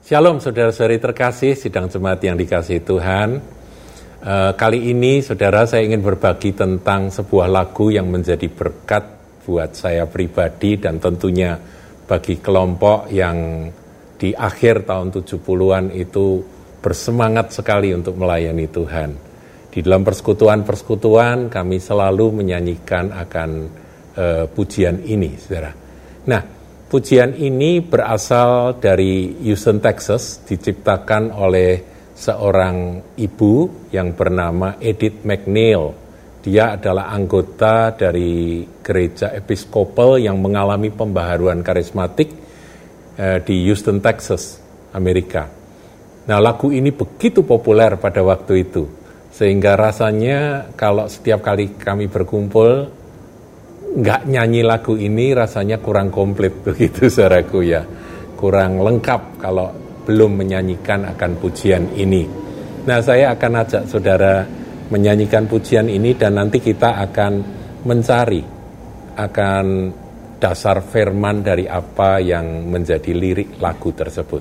Shalom saudara-saudari terkasih, sidang jemaat yang dikasihi Tuhan. Kali ini saudara saya ingin berbagi tentang sebuah lagu yang menjadi berkat buat saya pribadi dan tentunya bagi kelompok yang di akhir tahun 70-an itu bersemangat sekali untuk melayani Tuhan. Di dalam persekutuan-persekutuan kami selalu menyanyikan akan pujian ini, saudara. Nah, pujian ini berasal dari Houston, Texas, diciptakan oleh seorang ibu yang bernama Edith McNeil. Dia adalah anggota dari gereja Episkopal yang mengalami pembaharuan karismatik di Houston, Texas, Amerika. Nah, lagu ini begitu populer pada waktu itu, sehingga rasanya kalau setiap kali kami berkumpul, nggak nyanyi lagu ini rasanya kurang komplit begitu saudaraku ya, kurang lengkap kalau belum menyanyikan akan pujian ini. Nah, saya akan ajak saudara menyanyikan pujian ini dan nanti kita akan mencari akan dasar firman dari apa yang menjadi lirik lagu tersebut.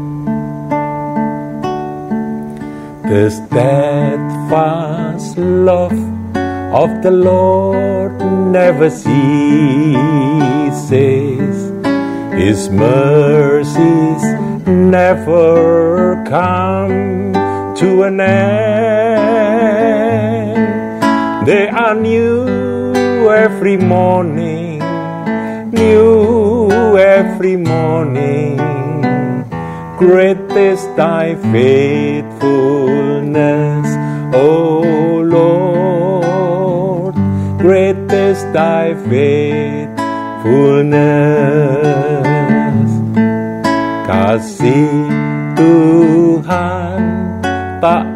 The steadfast love of the Lord never ceases, His mercies never come to an end. They are new every morning, new every morning. Great is thy faithfulness, O Lord. Great is thy faithfulness. Kasih Tuhan tak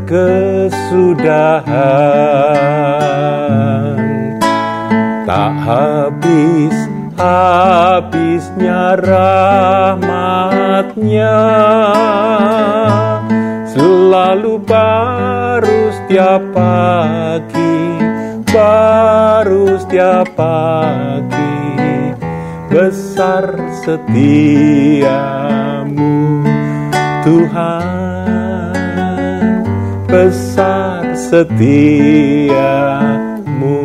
berkesudahan, tak habisnya rahmat-Nya, selalu baru setiap pagi, baru setiap pagi. Besar setiamu Tuhan, besar setiamu.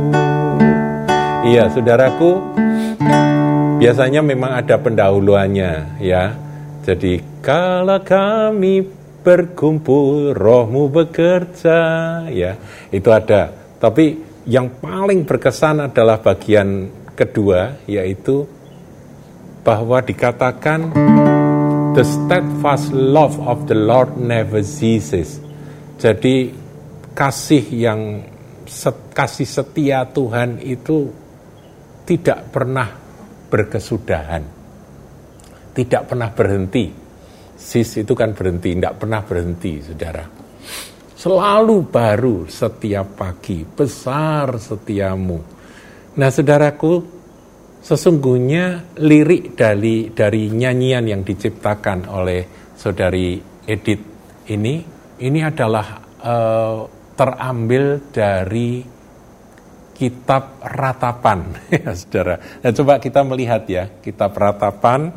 Iya, saudaraku, biasanya memang ada pendahuluannya ya. Jadi kala kami berkumpul, rohmu bekerja, ya, itu ada. Tapi yang paling berkesan adalah bagian kedua, yaitu bahwa dikatakan the steadfast love of the Lord never ceases. Jadi kasih setia Tuhan itu tidak pernah berkesudahan, tidak pernah berhenti. Sis itu kan berhenti, tidak pernah berhenti, saudara. Selalu baru setiap pagi, besar setiamu. Nah, saudaraku, sesungguhnya lirik dari nyanyian yang diciptakan oleh saudari Edith ini adalah terambil dari kitab Ratapan, ya saudara. Nah, coba kita melihat ya, kitab Ratapan,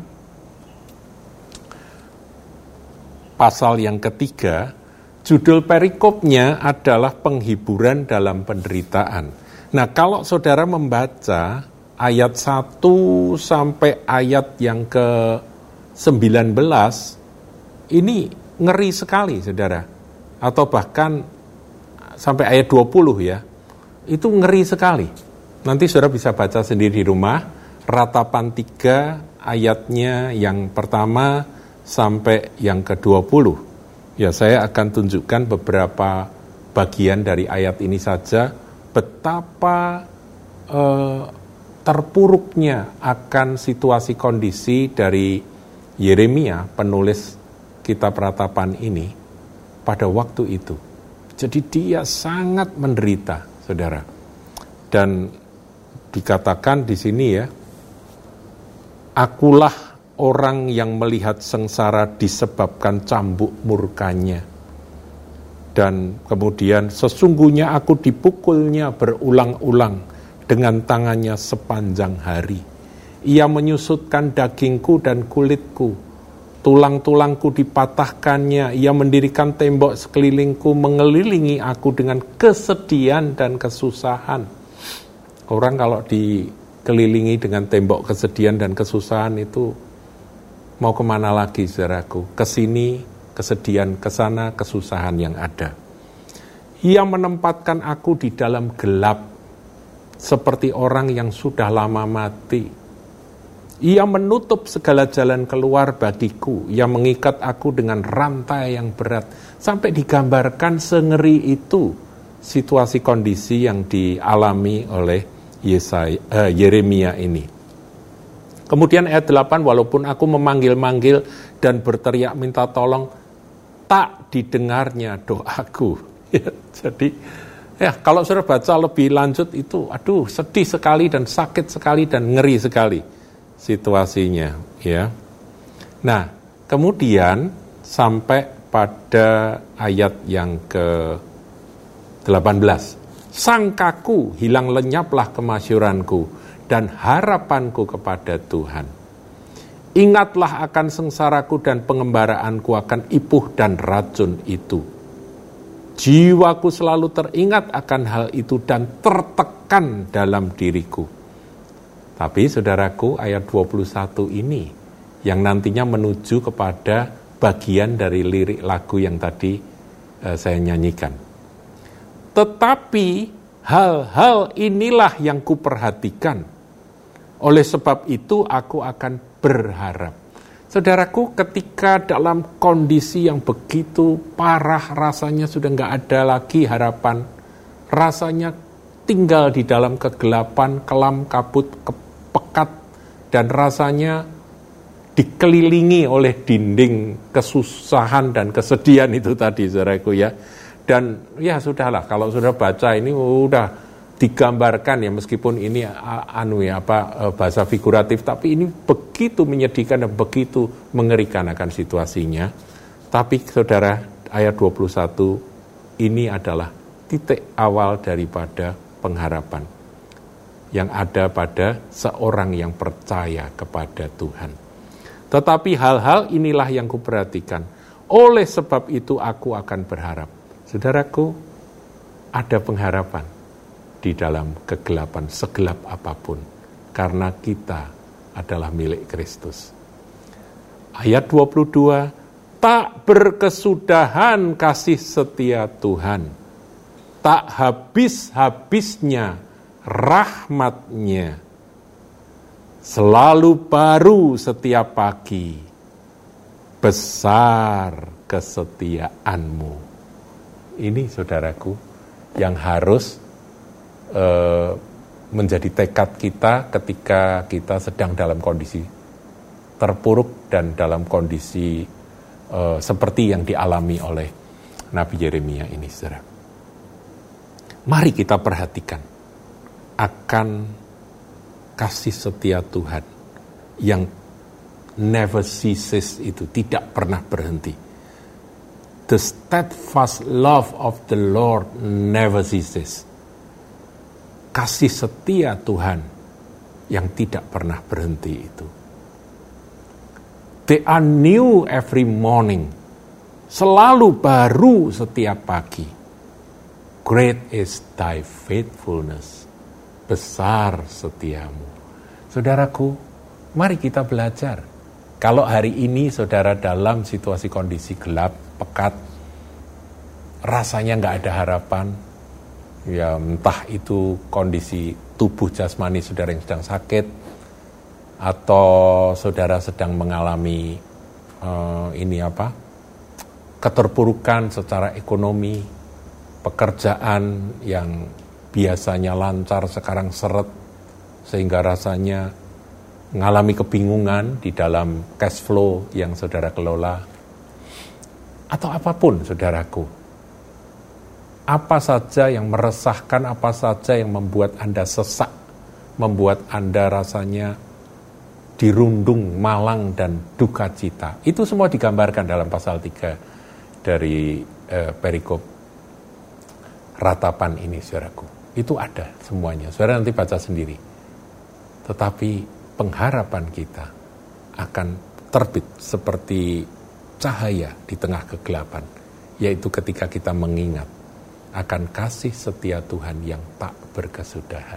pasal yang ketiga, judul perikopnya adalah penghiburan dalam penderitaan. Nah, kalau saudara membaca ayat 1 sampai ayat yang ke-19, ini ngeri sekali, saudara. Atau bahkan sampai ayat 20 ya, itu ngeri sekali. Nanti saudara bisa baca sendiri di rumah, Ratapan 3 ayatnya yang pertama sampai yang ke-20. Ya, saya akan tunjukkan beberapa bagian dari ayat ini saja, betapa terpuruknya akan situasi kondisi dari Yeremia, penulis kitab Ratapan ini, pada waktu itu. Jadi dia sangat menderita, saudara. Dan dikatakan di sini ya, akulah orang yang melihat sengsara disebabkan cambuk murkanya. Dan kemudian sesungguhnya aku dipukulnya berulang-ulang dengan tangannya sepanjang hari. Ia menyusutkan dagingku dan kulitku. Tulang-tulangku dipatahkannya, ia mendirikan tembok sekelilingku, mengelilingi aku dengan kesedihan dan kesusahan. Orang kalau dikelilingi dengan tembok kesedihan dan kesusahan itu mau kemana lagi, saudaraku? Kesini, kesedihan, kesana, kesusahan yang ada. Ia menempatkan aku di dalam gelap, seperti orang yang sudah lama mati. Ia menutup segala jalan keluar bagiku. Ia mengikat aku dengan rantai yang berat. Sampai digambarkan sengeri itu situasi kondisi yang dialami oleh Yeremia ini. Kemudian ayat 8, walaupun aku memanggil-manggil dan berteriak minta tolong, tak didengarnya doaku. Jadi kalau saudara baca lebih lanjut itu, aduh sedih sekali dan sakit sekali dan ngeri sekali situasinya, ya. Nah, kemudian sampai pada ayat yang ke-18. Sangkaku hilang lenyaplah kemasyuranku dan harapanku kepada Tuhan. Ingatlah akan sengsaraku dan pengembaraanku akan ipuh dan racun itu. Jiwaku selalu teringat akan hal itu dan tertekan dalam diriku. Tapi saudaraku, ayat 21 ini yang nantinya menuju kepada bagian dari lirik lagu yang tadi saya nyanyikan. Tetapi hal-hal inilah yang kuperhatikan. Oleh sebab itu aku akan berharap. Saudaraku, ketika dalam kondisi yang begitu parah, rasanya sudah nggak ada lagi harapan. Rasanya tinggal di dalam kegelapan, kelam, kabut, pekat, dan rasanya dikelilingi oleh dinding kesusahan dan kesedihan itu tadi, saudaraku, ya. Dan ya sudahlah, kalau sudah baca ini udah digambarkan, ya, meskipun ini bahasa figuratif, tapi ini begitu menyedihkan dan begitu mengerikan akan situasinya. Tapi saudara, ayat 21 ini adalah titik awal daripada pengharapan yang ada pada seorang yang percaya kepada Tuhan. Tetapi hal-hal inilah yang kuperhatikan. Oleh sebab itu aku akan berharap. Saudaraku, ada pengharapan di dalam kegelapan, segelap apapun. Karena kita adalah milik Kristus. Ayat 22, tak berkesudahan kasih setia Tuhan. Tak habis-habisnya rahmat-Nya, selalu baru setiap pagi, besar kesetiaan-Mu. Ini saudaraku yang harus menjadi tekad kita ketika kita sedang dalam kondisi terpuruk dan dalam kondisi seperti yang dialami oleh Nabi Yeremia ini, saudara. Mari kita perhatikan akan kasih setia Tuhan yang never ceases, itu tidak pernah berhenti. The steadfast love of the Lord never ceases. Kasih setia Tuhan yang tidak pernah berhenti itu. They are new every morning. Selalu baru setiap pagi. Great is thy faithfulness. Besar setiamu. Saudaraku, mari kita belajar. Kalau hari ini saudara dalam situasi kondisi gelap, pekat, rasanya nggak ada harapan, ya entah itu kondisi tubuh jasmani saudara yang sedang sakit, atau saudara sedang mengalami keterpurukan secara ekonomi, pekerjaan yang biasanya lancar sekarang seret, sehingga rasanya mengalami kebingungan di dalam cash flow yang saudara kelola, atau apapun saudaraku. Apa saja yang meresahkan, apa saja yang membuat Anda sesak, membuat Anda rasanya dirundung malang dan duka cita. Itu semua digambarkan dalam pasal 3 dari perikop ratapan ini, saudaraku. Itu ada semuanya, saudara nanti baca sendiri. Tetapi pengharapan kita akan terbit seperti cahaya di tengah kegelapan, yaitu ketika kita mengingat akan kasih setia Tuhan yang tak berkesudahan.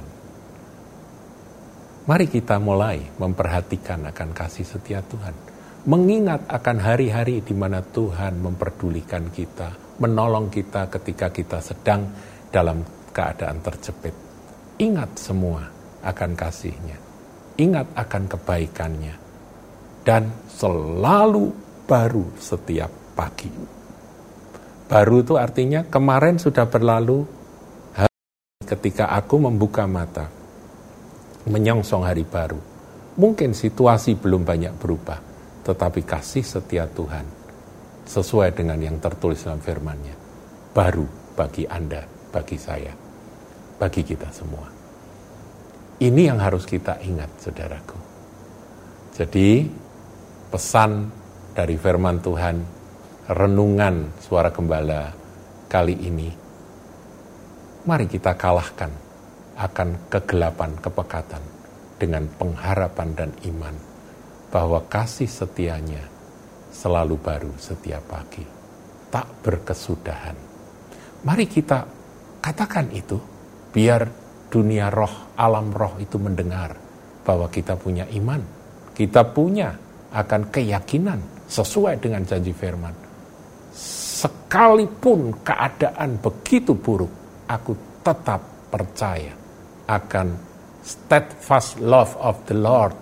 Mari kita mulai memperhatikan akan kasih setia Tuhan. Mengingat akan hari-hari di mana Tuhan memperdulikan kita, menolong kita ketika kita sedang dalam keadaan terjepit. Ingat semua akan kasih-Nya. Ingat akan kebaikan-Nya. Dan selalu baru setiap pagi. Baru itu artinya kemarin sudah berlalu, ketika aku membuka mata, menyongsong hari baru. Mungkin situasi belum banyak berubah, tetapi kasih setia Tuhan, sesuai dengan yang tertulis dalam firman-Nya, baru bagi Anda, bagi saya, bagi kita semua. Ini yang harus kita ingat, saudaraku. Jadi, pesan dari firman Tuhan, renungan Suara Gembala kali ini, mari kita kalahkan akan kegelapan kepekatan dengan pengharapan dan iman bahwa kasih setianya selalu baru setiap pagi, tak berkesudahan. Mari kita katakan itu, biar dunia roh, alam roh itu mendengar bahwa kita punya iman, kita punya akan keyakinan sesuai dengan janji firman. Sekalipun keadaan begitu buruk, aku tetap percaya akan steadfast love of the Lord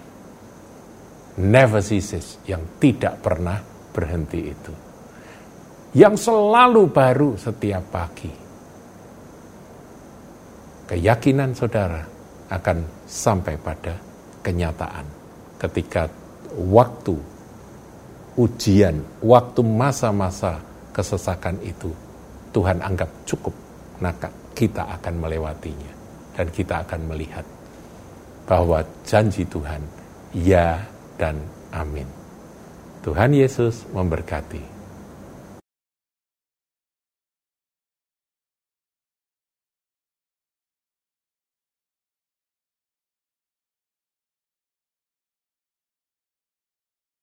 never ceases, yang tidak pernah berhenti itu, yang selalu baru setiap pagi. Keyakinan saudara akan sampai pada kenyataan ketika waktu ujian, waktu masa-masa kesesakan itu Tuhan anggap cukup, maka kita akan melewatinya dan kita akan melihat bahwa janji Tuhan ya dan amin. Tuhan Yesus memberkati.